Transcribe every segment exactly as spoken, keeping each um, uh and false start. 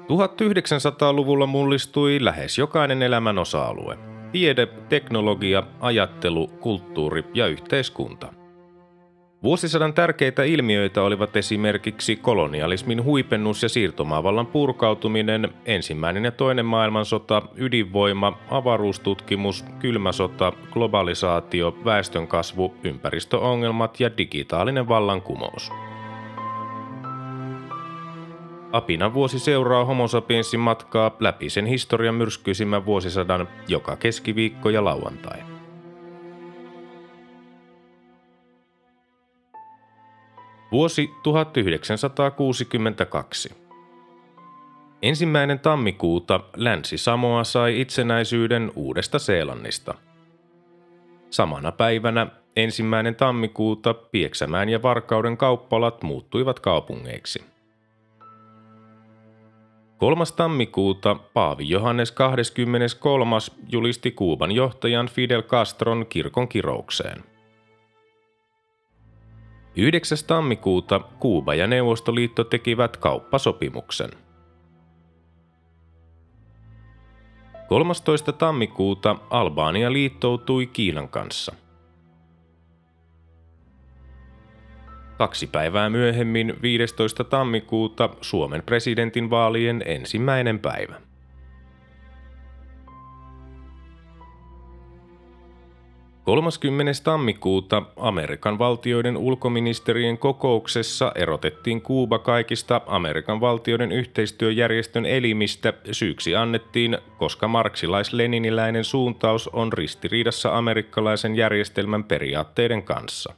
tuhatyhdeksänsataaluvulla mullistui lähes jokainen elämän osa-alue. Tiede, teknologia, ajattelu, kulttuuri ja yhteiskunta. Vuosisadan tärkeitä ilmiöitä olivat esimerkiksi kolonialismin huipennus ja siirtomaavallan purkautuminen, ensimmäinen ja toinen maailmansota, ydinvoima, avaruustutkimus, kylmä sota, globalisaatio, väestönkasvu, ympäristöongelmat ja digitaalinen vallankumous. Apinan vuosi seuraa Homo sapiensin matkaa läpi sen historian myrskyisimmän vuosisadan joka keskiviikko ja lauantai. Vuosi tuhatyhdeksänsataakuusikymmentäkaksi. Ensimmäinen tammikuuta Länsi-Samoa sai itsenäisyyden Uudesta-Seelannista. Samana päivänä ensimmäinen tammikuuta Pieksämään ja Varkauden kauppalat muuttuivat kaupungeiksi. kolmas tammikuuta Paavi Johannes kaksikymmentäkolmas julisti Kuuban johtajan Fidel Castron kirkon kiroukseen. yhdeksäs tammikuuta Kuuba ja Neuvostoliitto tekivät kauppasopimuksen. kolmastoista tammikuuta Albania liittoutui Kiinan kanssa. Kaksi päivää myöhemmin viidestoista tammikuuta Suomen presidentinvaalien ensimmäinen päivä. kolmaskymmenes tammikuuta Amerikan valtioiden ulkoministerien kokouksessa erotettiin Kuuba kaikista Amerikan valtioiden yhteistyöjärjestön elimistä. Syyksi annettiin, koska marksilais-leniniläinen suuntaus on ristiriidassa amerikkalaisen järjestelmän periaatteiden kanssa.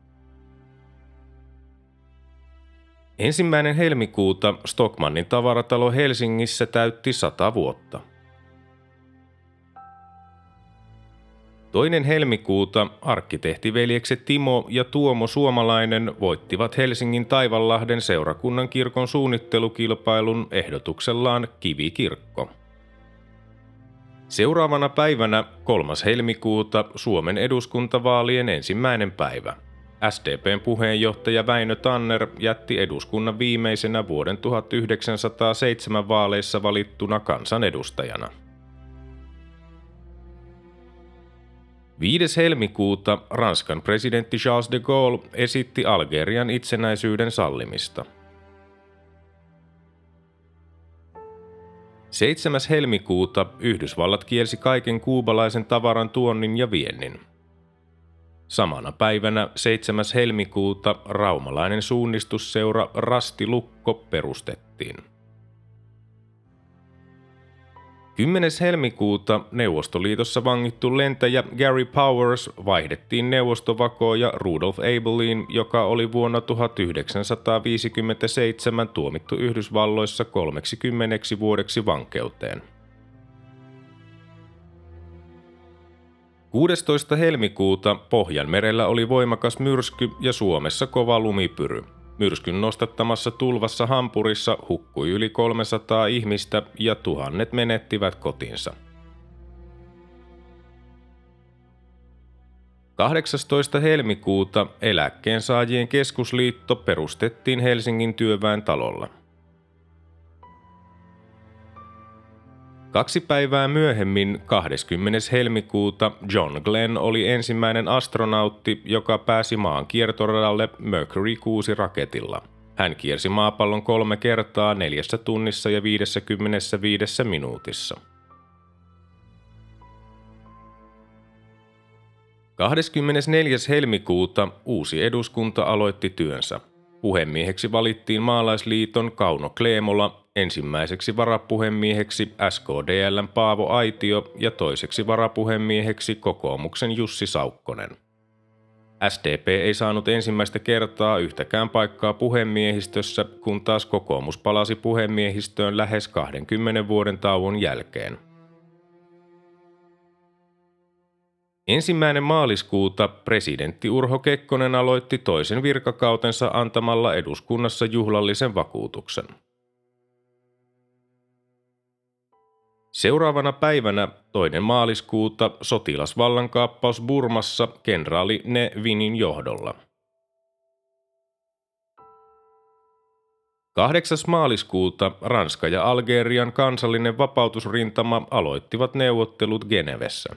Ensimmäinen helmikuuta Stockmannin tavaratalo Helsingissä täytti sata vuotta. Toinen helmikuuta arkkitehtiveljekset Timo ja Tuomo Suomalainen voittivat Helsingin Taivanlahden seurakunnan kirkon suunnittelukilpailun ehdotuksellaan Kivikirkko. Seuraavana päivänä kolmas helmikuuta Suomen eduskuntavaalien ensimmäinen päivä. S D P:n puheenjohtaja Väinö Tanner jätti eduskunnan viimeisenä vuoden tuhatyhdeksänsataaseitsemän vaaleissa valittuna kansanedustajana. viides helmikuuta Ranskan presidentti Charles de Gaulle esitti Algerian itsenäisyyden sallimista. seitsemäs helmikuuta Yhdysvallat kielsi kaiken kuubalaisen tavaran tuonnin ja viennin. Samana päivänä seitsemäs helmikuuta raumalainen suunnistusseura Rasti Lukko perustettiin. kymmenes helmikuuta Neuvostoliitossa vangittu lentäjä Gary Powers vaihdettiin neuvostovakooja Rudolph Abeliin, joka oli vuonna tuhatyhdeksänsataaviisikymmentäseitsemän tuomittu Yhdysvalloissa kolmeksikymmeneksi vuodeksi vankeuteen. kuudestoista helmikuuta Pohjanmerellä oli voimakas myrsky ja Suomessa kova lumipyry. Myrskyn nostattamassa tulvassa Hampurissa hukkui yli kolmesataa ihmistä ja tuhannet menettivät kotinsa. kahdeksastoista helmikuuta Eläkkeensaajien keskusliitto perustettiin Helsingin Työväen talolla. Kaksi päivää myöhemmin, kahdeskymmenes helmikuuta, John Glenn oli ensimmäinen astronautti, joka pääsi maan kiertoradalle Mercury kuusi raketilla. Hän kiersi maapallon kolme kertaa neljässä tunnissa ja viidessäkymmenessäviidessä minuutissa. kahdeskymmenesneljäs helmikuuta uusi eduskunta aloitti työnsä. Puhemieheksi valittiin Maalaisliiton Kauno Kleemola, ensimmäiseksi varapuhemieheksi S K D L:n Paavo Aitio ja toiseksi varapuhemieheksi kokoomuksen Jussi Saukkonen. S D P ei saanut ensimmäistä kertaa yhtäkään paikkaa puhemiehistössä, kun taas kokoomus palasi puhemiehistöön lähes kahdenkymmenen vuoden tauon jälkeen. Ensimmäinen maaliskuuta presidentti Urho Kekkonen aloitti toisen virkakautensa antamalla eduskunnassa juhlallisen vakuutuksen. Seuraavana päivänä toinen maaliskuuta sotilasvallankaappaus Burmassa kenraali Ne Winin johdolla. kahdeksas maaliskuuta Ranska ja Algerian kansallinen vapautusrintama aloittivat neuvottelut Genevessä.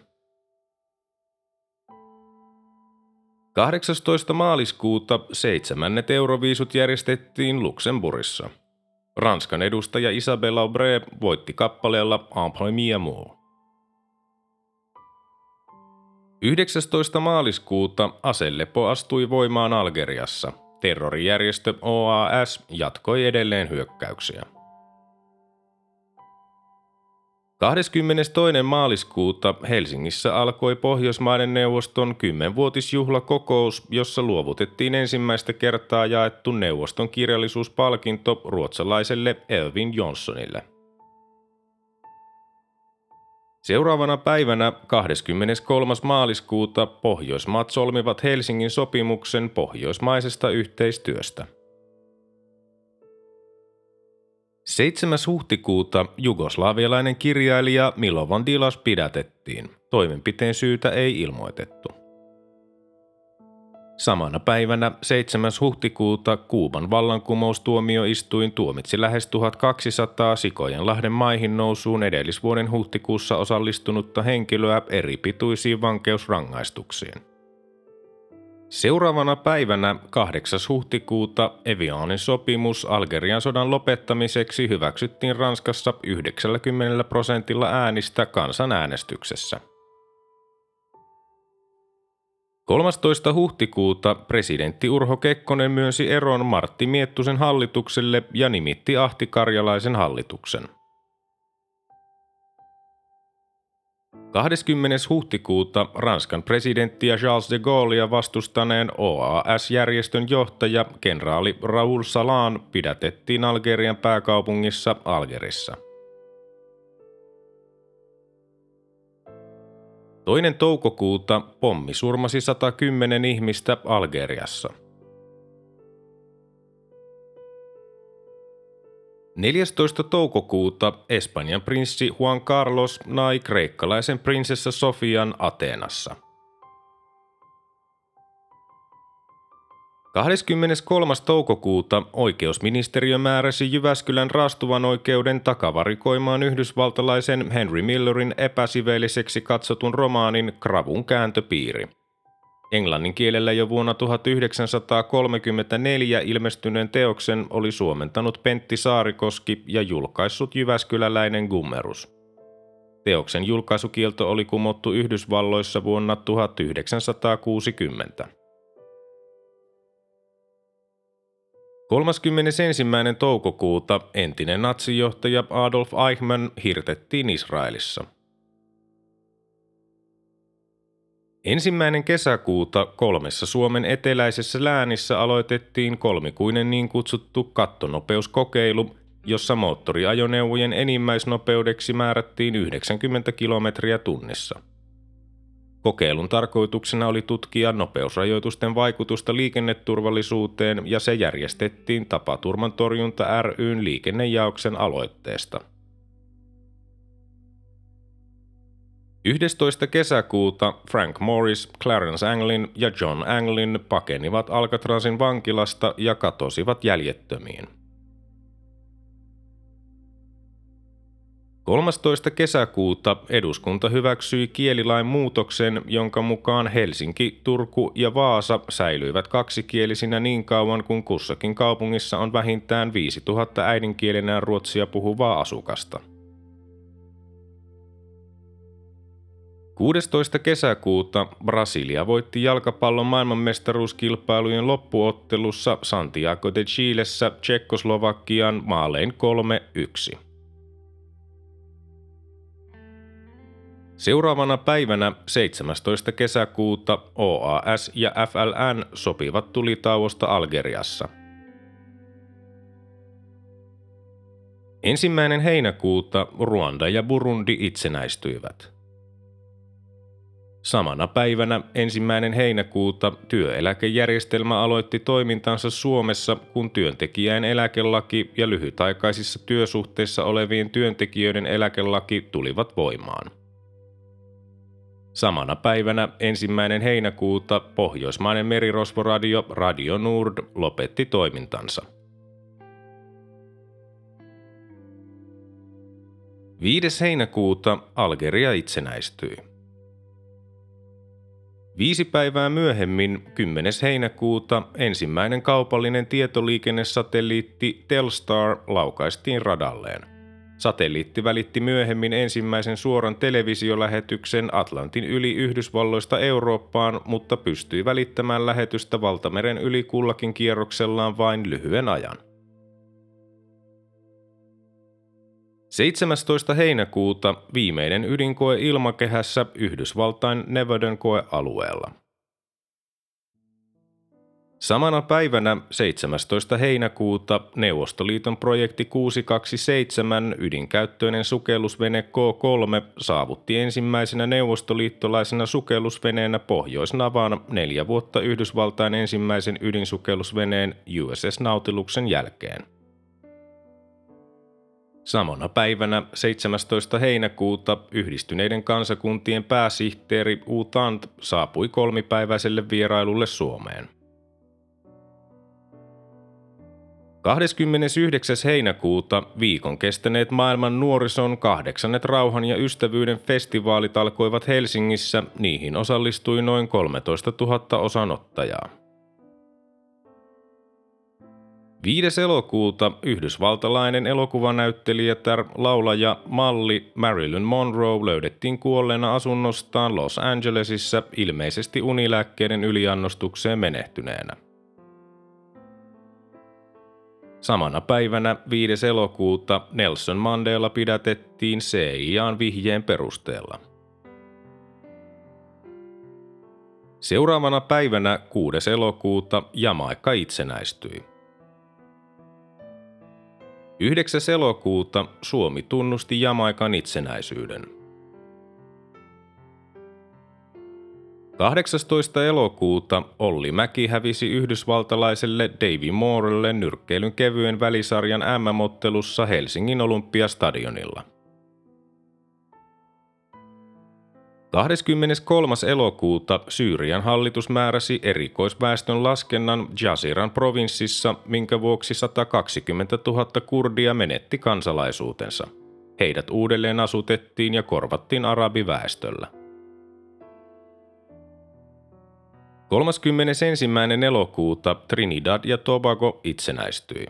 kahdeksastoista maaliskuuta seitsemännet Euroviisut järjestettiin Luxemburgissa. Ranskan edustaja Isabelle Aubray voitti kappaleella Un premier amour. yhdeksästoista maaliskuuta aselepo astui voimaan Algeriassa. Terrorijärjestö O A S jatkoi edelleen hyökkäyksiä. kahdeskymmenestoinen maaliskuuta Helsingissä alkoi Pohjoismaiden neuvoston kymmenvuotisjuhlakokous, jossa luovutettiin ensimmäistä kertaa jaettu neuvoston kirjallisuuspalkinto ruotsalaiselle Elvin Jonssonille. Seuraavana päivänä kahdeskymmeneskolmas maaliskuuta Pohjoismaat solmivat Helsingin sopimuksen pohjoismaisesta yhteistyöstä. seitsemäs huhtikuuta jugoslavialainen kirjailija Milovan Dilas pidätettiin. Toimenpiteen syytä ei ilmoitettu. Samana päivänä seitsemäs huhtikuuta Kuuban vallankumoustuomioistuin tuomitsi lähes tuhatkaksisataa Sikojenlahden maihin nousuun edellisvuoden huhtikuussa osallistunutta henkilöä eri pituisiin vankeusrangaistuksiin. Seuraavana päivänä kahdeksas huhtikuuta Evianin sopimus Algerian sodan lopettamiseksi hyväksyttiin Ranskassa yhdeksänkymmentä prosentilla äänistä kansanäänestyksessä. kolmastoista huhtikuuta presidentti Urho Kekkonen myönsi eron Martti Miettusen hallitukselle ja nimitti Ahti Karjalaisen hallituksen. kahdeskymmenes huhtikuuta Ranskan presidenttiä Charles de Gaullia vastustaneen O A S-järjestön johtaja kenraali Raoul Salan pidätettiin Algerian pääkaupungissa Algerissa. Toinen toukokuuta pommi surmasi sata kymmenen ihmistä Algeriassa. neljästoista toukokuuta Espanjan prinssi Juan Carlos nai kreikkalaisen prinsessa Sofian Ateenassa. kahdeskymmeneskolmas toukokuuta oikeusministeriö määräsi Jyväskylän raastuvan oikeuden takavarikoimaan yhdysvaltalaisen Henry Millerin epäsiveelliseksi katsotun romaanin Kravun kääntöpiiri. Englannin kielellä jo vuonna tuhatyhdeksänsataakolmekymmentäneljä ilmestyneen teoksen oli suomentanut Pentti Saarikoski ja julkaissut jyväskyläläinen Gummerus. Teoksen julkaisukielto oli kumottu Yhdysvalloissa vuonna tuhatyhdeksänsataakuusikymmentä. kolmaskymmenesensimmäinen toukokuuta entinen natsijohtaja Adolf Eichmann hirtettiin Israelissa. Ensimmäinen kesäkuuta kolmessa Suomen eteläisessä läänissä aloitettiin kolmikuinen niin kutsuttu kattonopeuskokeilu, jossa moottoriajoneuvojen enimmäisnopeudeksi määrättiin yhdeksänkymmentä kilometriä tunnissa. Kokeilun tarkoituksena oli tutkia nopeusrajoitusten vaikutusta liikenneturvallisuuteen ja se järjestettiin Tapaturman torjunta ry:n liikennejaoksen aloitteesta. yhdestoista kesäkuuta Frank Morris, Clarence Anglin ja John Anglin pakenivat Alcatrazin vankilasta ja katosivat jäljettömiin. kolmastoista kesäkuuta eduskunta hyväksyi kielilain muutoksen, jonka mukaan Helsinki, Turku ja Vaasa säilyivät kaksikielisinä niin kauan kuin kussakin kaupungissa on vähintään viisituhatta äidinkielenään ruotsia puhuvaa asukasta. kuudestoista kesäkuuta Brasilia voitti jalkapallon maailmanmestaruuskilpailujen loppuottelussa Santiago de Chilessä Tšekkoslovakian maalein kolme yksi. Seuraavana päivänä seitsemästoista kesäkuuta O A S ja F L N sopivat tulitauosta Algeriassa. Ensimmäinen heinäkuuta Ruanda ja Burundi itsenäistyivät. Samana päivänä ensimmäinen heinäkuuta työeläkejärjestelmä aloitti toimintansa Suomessa, kun työntekijän eläkelaki ja lyhytaikaisissa työsuhteissa olevien työntekijöiden eläkelaki tulivat voimaan. Samana päivänä ensimmäinen heinäkuuta pohjoismainen merirosvoradio Radio Nord lopetti toimintansa. viides heinäkuuta Algeria itsenäistyi. Viisi päivää myöhemmin, kymmenes heinäkuuta, ensimmäinen kaupallinen tietoliikennesatelliitti Telstar laukaistiin radalleen. Satelliitti välitti myöhemmin ensimmäisen suoran televisiolähetyksen Atlantin yli Yhdysvalloista Eurooppaan, mutta pystyi välittämään lähetystä valtameren yli kullakin kierroksellaan vain lyhyen ajan. seitsemästoista heinäkuuta viimeinen ydinkoe ilmakehässä Yhdysvaltain Nevadan koealueella. Samana päivänä seitsemästoista heinäkuuta Neuvostoliiton projekti kuusisataakaksikymmentäseitsemän ydinkäyttöinen sukellusvene K kolme saavutti ensimmäisenä neuvostoliittolaisena sukellusveneenä Pohjoisnavaan neljä vuotta Yhdysvaltain ensimmäisen ydinsukellusveneen U S S Nautilusen jälkeen. Samana päivänä seitsemästoista heinäkuuta Yhdistyneiden kansakuntien pääsihteeri U Thant saapui kolmipäiväiselle vierailulle Suomeen. kahdeskymmenesyhdeksäs heinäkuuta viikon kestäneet maailman nuorison kahdeksannet rauhan ja ystävyyden festivaalit alkoivat Helsingissä, niihin osallistui noin kolmetoistatuhatta osanottajaa. viides elokuuta yhdysvaltalainen elokuvanäyttelijätär, laulaja, malli Marilyn Monroe löydettiin kuolleena asunnostaan Los Angelesissa ilmeisesti unilääkkeiden yliannostukseen menehtyneenä. Samana päivänä viides elokuuta Nelson Mandela pidätettiin C I A:n vihjeen perusteella. Seuraavana päivänä kuudes elokuuta Jamaikka itsenäistyi. yhdeksäs elokuuta Suomi tunnusti Jamaikan itsenäisyyden. kahdeksastoista elokuuta Olli Mäki hävisi yhdysvaltalaiselle Davey Moorelle nyrkkeilyn kevyen välisarjan M M-ottelussa Helsingin Olympiastadionilla. kahdeskymmeneskolmas elokuuta Syyrian hallitus määräsi erikoisväestön laskennan Jaziran provinssissa, minkä vuoksi satakaksikymmentätuhatta kurdia menetti kansalaisuutensa. Heidät uudelleen asutettiin ja korvattiin arabiväestöllä. kolmaskymmenesensimmäinen elokuuta Trinidad ja Tobago itsenäistyi.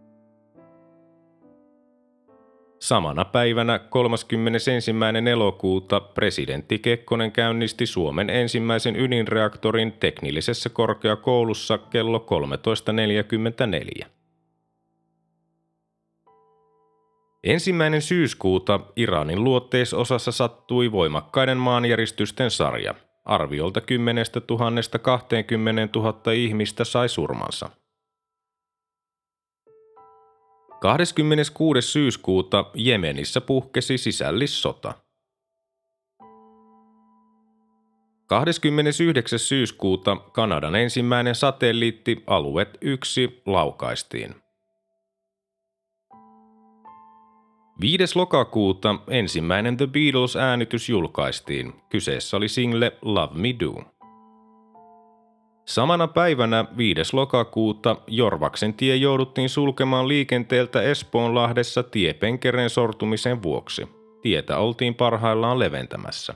Samana päivänä kolmaskymmenesensimmäinen elokuuta presidentti Kekkonen käynnisti Suomen ensimmäisen ydinreaktorin teknillisessä korkeakoulussa kello kolmetoista neljäkymmentäneljä. Ensimmäinen syyskuuta Iranin luoteisosassa sattui voimakkaiden maanjäristysten sarja. Arviolta kymmenestä tuhannesta kaksikymmentätuhatta ihmistä sai surmansa. kahdeskymmeneskuudes syyskuuta Jemenissä puhkesi sisällissota. kahdeskymmenesyhdeksäs syyskuuta Kanadan ensimmäinen satelliitti Alouette yksi laukaistiin. viides lokakuuta ensimmäinen The Beatles-äänitys julkaistiin. Kyseessä oli single Love Me Do. Samana päivänä viides lokakuuta Jorvaksen tie jouduttiin sulkemaan liikenteeltä Espoonlahdessa tiepenkereen sortumisen vuoksi. Tietä oltiin parhaillaan leventämässä.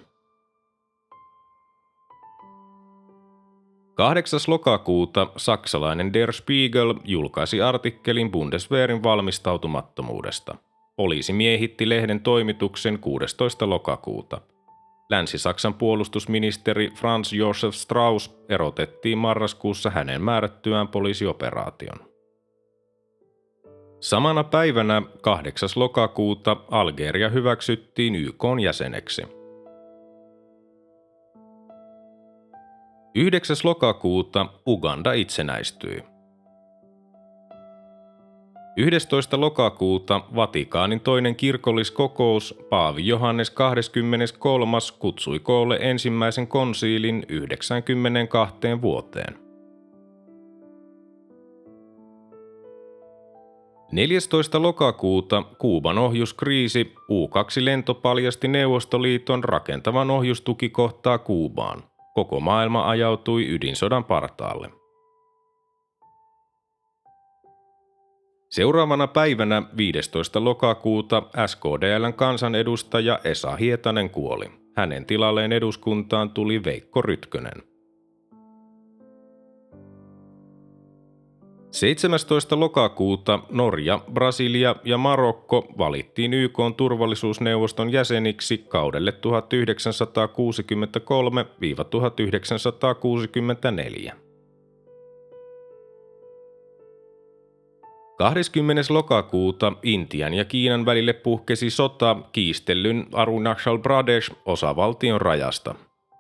kahdeksas lokakuuta saksalainen Der Spiegel julkaisi artikkelin Bundeswehrin valmistautumattomuudesta. Poliisi miehitti lehden toimituksen kuudestoista lokakuuta. Länsi-Saksan puolustusministeri Franz Josef Strauss erotettiin marraskuussa hänen määrättyään poliisioperaation. Samana päivänä kahdeksas lokakuuta Algeria hyväksyttiin Y K:n jäseneksi. yhdeksäs lokakuuta Uganda itsenäistyi. yhdestoista lokakuuta Vatikaanin toinen kirkolliskokous Paavi Johannes kaksikymmentäkolmas kutsui koolle ensimmäisen konsiilin yhdeksäänkymmeneenkahteen vuoteen. neljästoista lokakuuta Kuuban ohjuskriisi U kaksi lento paljasti Neuvostoliiton rakentavan ohjustukikohtaa Kuubaan. Koko maailma ajautui ydinsodan partaalle. Seuraavana päivänä viidestoista lokakuuta S K D L:n kansanedustaja Esa Hietanen kuoli. Hänen tilalleen eduskuntaan tuli Veikko Rytkönen. seitsemästoista lokakuuta Norja, Brasilia ja Marokko valittiin Y K:n turvallisuusneuvoston jäseniksi kaudelle tuhatyhdeksänsataakuusikymmentäkolme - tuhatyhdeksänsataakuusikymmentäneljä. kahdeskymmenes lokakuuta Intian ja Kiinan välille puhkesi sota kiistellyn Arunachal Pradesh osavaltion rajasta.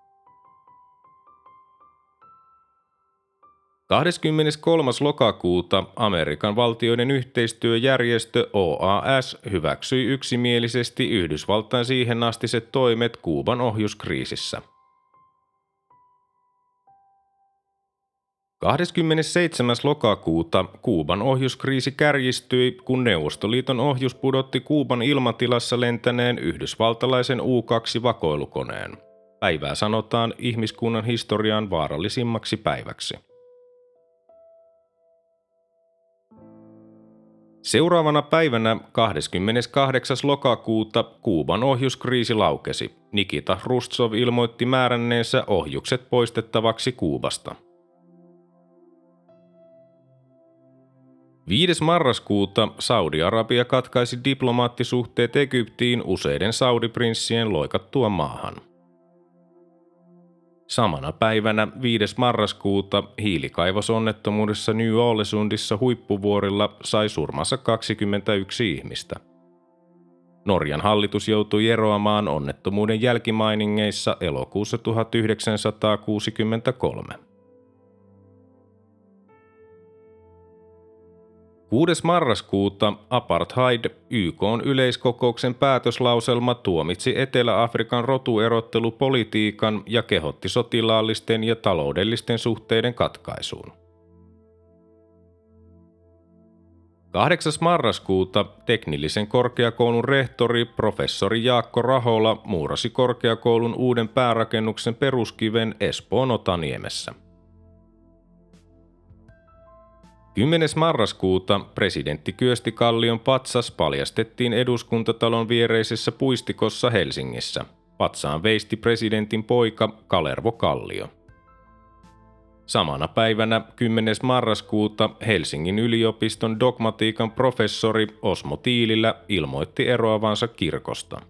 kahdeskymmeneskolmas lokakuuta Amerikan valtioiden yhteistyöjärjestö O A S hyväksyi yksimielisesti Yhdysvaltain siihen astiset toimet Kuuban ohjuskriisissä. kahdeskymmenesseitsemäs lokakuuta Kuuban ohjuskriisi kärjistyi, kun Neuvostoliiton ohjus pudotti Kuuban ilmatilassa lentäneen yhdysvaltalaisen U kaksi vakoilukoneen. Päivää sanotaan ihmiskunnan historian vaarallisimmaksi päiväksi. Seuraavana päivänä kahdeskymmeneskahdeksas lokakuuta Kuuban ohjuskriisi laukesi. Nikita Hrustsov ilmoitti määränneensä ohjukset poistettavaksi Kuubasta. viides marraskuuta Saudi-Arabia katkaisi diplomaattisuhteet Egyptiin useiden saudiprinssien loikattua maahan. Samana päivänä viides marraskuuta hiilikaivosonnettomuudessa New Ålesundissa huippuvuorilla sai surmansa kaksikymmentäyksi ihmistä. Norjan hallitus joutui eroamaan onnettomuuden jälkimainingeissa elokuussa tuhatyhdeksänsataakuusikymmentäkolme. kuudes marraskuuta apartheid, Y K:n yleiskokouksen päätöslauselma, tuomitsi Etelä-Afrikan rotuerottelupolitiikan ja kehotti sotilaallisten ja taloudellisten suhteiden katkaisuun. kahdeksas marraskuuta teknillisen korkeakoulun rehtori professori Jaakko Rahola muurasi korkeakoulun uuden päärakennuksen peruskiven Espoon Otaniemessä. kymmenes marraskuuta presidentti Kyösti Kallion patsas paljastettiin Eduskuntatalon viereisessä puistikossa Helsingissä. Patsaan veisti presidentin poika Kalervo Kallio. Samana päivänä kymmenes marraskuuta Helsingin yliopiston dogmatiikan professori Osmo Tiililä ilmoitti eroavansa kirkosta.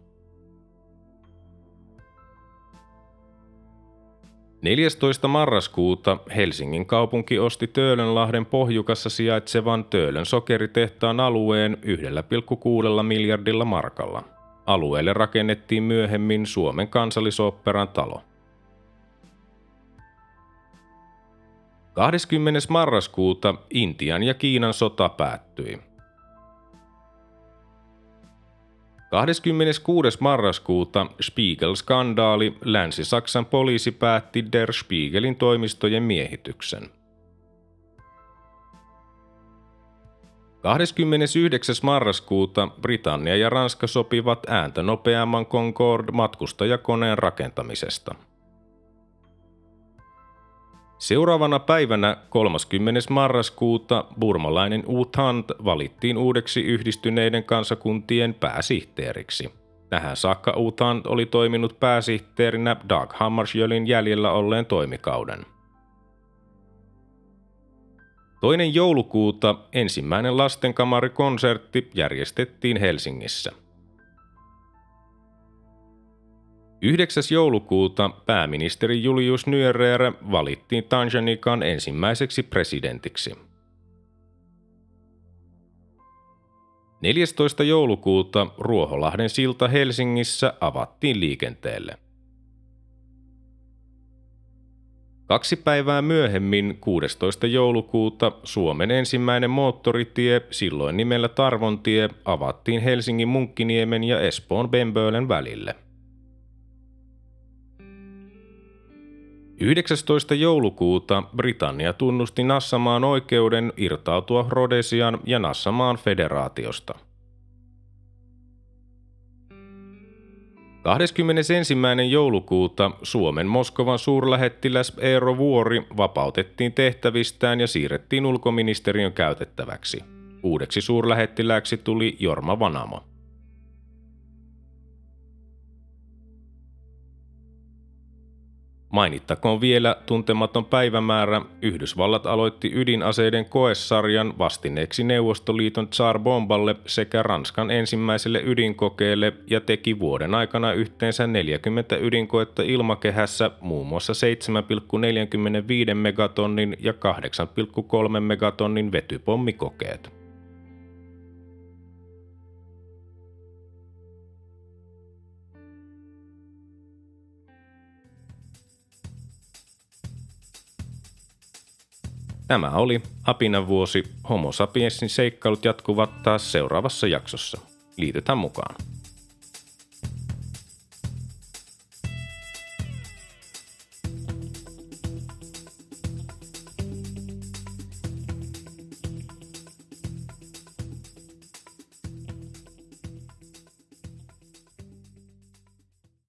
neljästoista marraskuuta Helsingin kaupunki osti Töölönlahden pohjukassa sijaitsevan Töölön sokeritehtaan alueen yhdellä pilkku kuudella miljardilla markalla. Alueelle rakennettiin myöhemmin Suomen Kansallisoopperan talo. kahdeskymmenes marraskuuta Intian ja Kiinan sota päättyi. kahdeskymmeneskuudes marraskuuta Spiegel-skandaali, Länsi-Saksan poliisi päätti Der Spiegelin toimistojen miehityksen. kahdeskymmenesyhdeksäs marraskuuta Britannia ja Ranska sopivat ääntä nopeamman Concorde-matkustajakoneen rakentamisesta. Seuraavana päivänä kolmaskymmenes marraskuuta burmalainen U Thant valittiin uudeksi yhdistyneiden kansakuntien pääsihteeriksi. Tähän saakka U Thant oli toiminut pääsihteerinä Dag Hammarskjöldin jäljellä olleen toimikauden. Toinen joulukuuta ensimmäinen lastenkamarikonsertti järjestettiin Helsingissä. yhdeksäs joulukuuta pääministeri Julius Nyerere valittiin Tansanikan ensimmäiseksi presidentiksi. neljästoista joulukuuta Ruoholahden silta Helsingissä avattiin liikenteelle. Kaksi päivää myöhemmin, kuudestoista joulukuuta, Suomen ensimmäinen moottoritie, silloin nimellä Tarvontie, avattiin Helsingin Munkkiniemen ja Espoon Bembölen välille. yhdeksästoista joulukuuta Britannia tunnusti Nassamaan oikeuden irtautua Rhodesian ja Nassamaan federaatiosta. kahdeskymmenesensimmäinen joulukuuta Suomen Moskovan suurlähettiläs Eero Vuori vapautettiin tehtävistään ja siirrettiin ulkoministeriön käytettäväksi. Uudeksi suurlähettilääksi tuli Jorma Vanamo. Mainittakoon vielä tuntematon päivämäärä. Yhdysvallat aloitti ydinaseiden koesarjan vastineeksi Neuvostoliiton Tsar-bomballe sekä Ranskan ensimmäiselle ydinkokeelle ja teki vuoden aikana yhteensä neljäkymmentä ydinkoetta ilmakehässä, muun muassa seitsemän pilkku neljäkymmentäviisi megatonnin ja kahdeksan pilkku kolme megatonnin vetypommikokeet. Tämä oli Apinan vuosi. Homo sapiensin seikkailut jatkuvat taas seuraavassa jaksossa. Liitytään mukaan.